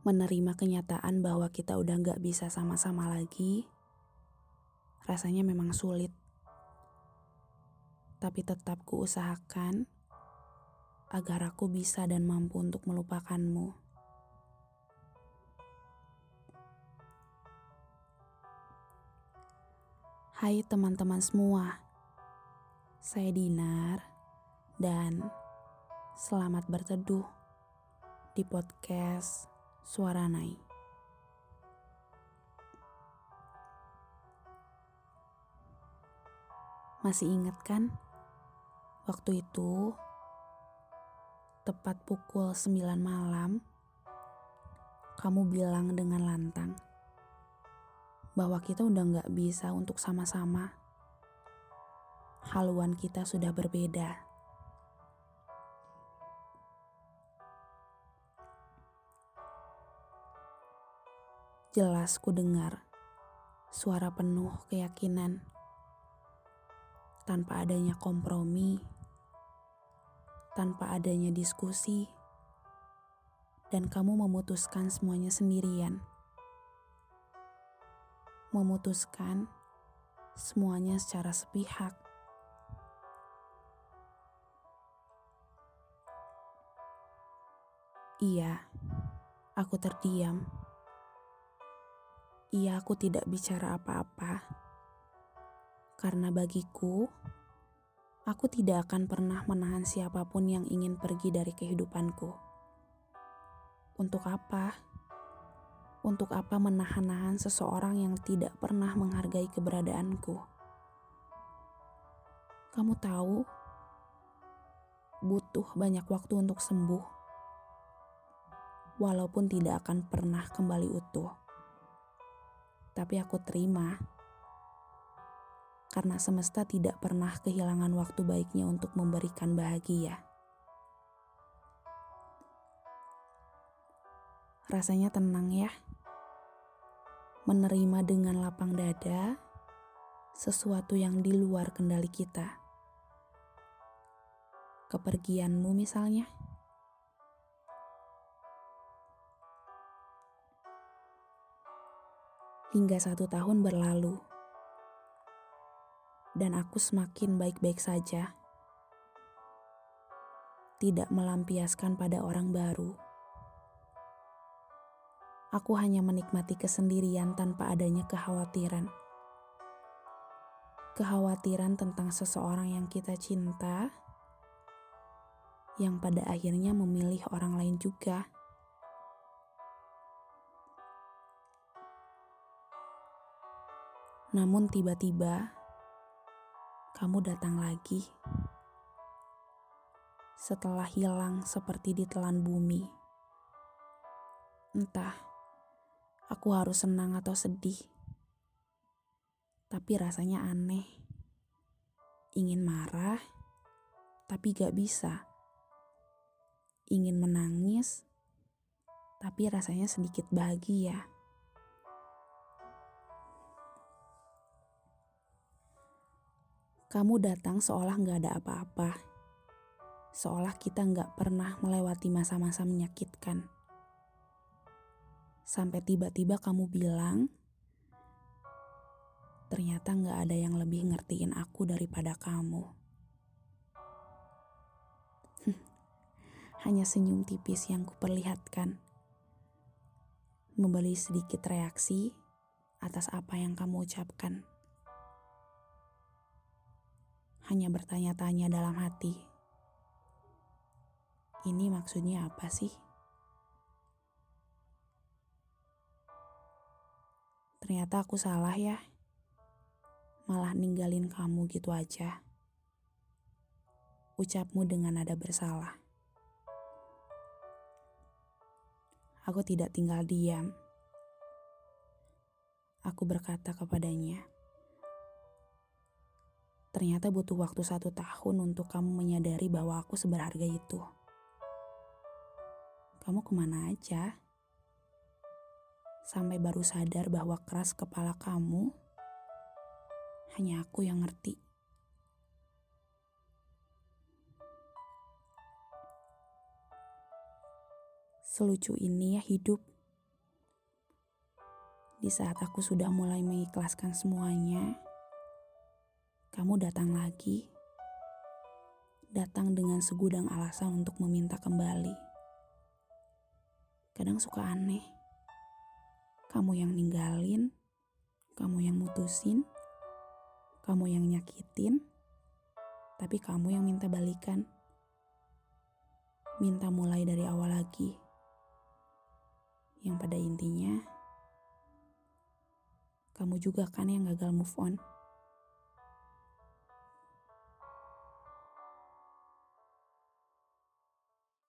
Menerima kenyataan bahwa kita udah gak bisa sama-sama lagi, rasanya memang sulit. Tapi tetap kuusahakan agar aku bisa dan mampu untuk melupakanmu. Hai teman-teman semua, saya Dinar dan selamat berteduh di podcast Suara Nai. Masih ingat kan? Waktu itu, tepat pukul 9 malam, kamu bilang dengan lantang bahwa kita udah gak bisa untuk sama-sama. Haluan kita sudah berbeda. Jelas ku dengar suara penuh keyakinan. Tanpa adanya kompromi, tanpa adanya diskusi, dan kamu memutuskan semuanya sendirian. Memutuskan semuanya secara sepihak. Iya, aku terdiam. Iya, aku tidak bicara apa-apa. Karena bagiku, aku tidak akan pernah menahan siapapun yang ingin pergi dari kehidupanku. Untuk apa? Untuk apa menahan-nahan seseorang yang tidak pernah menghargai keberadaanku? Kamu tahu, butuh banyak waktu untuk sembuh. Walaupun tidak akan pernah kembali utuh. Tapi aku terima. Karena semesta tidak pernah kehilangan waktu baiknya untuk memberikan bahagia. Rasanya tenang ya. Menerima dengan lapang dada sesuatu yang di luar kendali kita. Kepergianmu misalnya. Hingga 1 tahun berlalu. Dan aku semakin baik-baik saja. Tidak melampiaskan pada orang baru. Aku hanya menikmati kesendirian tanpa adanya kekhawatiran. Kekhawatiran tentang seseorang yang kita cinta, yang pada akhirnya memilih orang lain juga. Namun tiba-tiba, kamu datang lagi. Setelah hilang seperti ditelan bumi. Entah, aku harus senang atau sedih. Tapi rasanya aneh. Ingin marah, tapi gak bisa. Ingin menangis, tapi rasanya sedikit bahagia. Kamu datang seolah gak ada apa-apa. Seolah kita gak pernah melewati masa-masa menyakitkan. Sampai tiba-tiba kamu bilang, ternyata gak ada yang lebih ngertiin aku daripada kamu. Hanya senyum tipis yang kuperlihatkan. Memberi sedikit reaksi atas apa yang kamu ucapkan. Hanya bertanya-tanya dalam hati. Ini maksudnya apa sih? Ternyata aku salah ya. Malah ninggalin kamu gitu aja. Ucapmu dengan nada bersalah. Aku tidak tinggal diam. Aku berkata kepadanya. Ternyata butuh waktu 1 tahun untuk kamu menyadari bahwa aku seberharga itu. Kamu kemana aja? Sampai baru sadar bahwa keras kepala kamu, hanya aku yang ngerti. Selucu ini ya hidup. Di saat aku sudah mulai mengikhlaskan semuanya, kamu datang lagi. Datang dengan segudang alasan untuk meminta kembali. Kadang suka aneh. Kamu yang ninggalin, kamu yang mutusin, kamu yang nyakitin, tapi kamu yang minta balikan. Minta mulai dari awal lagi. Yang pada intinya, kamu juga kan yang gagal move on.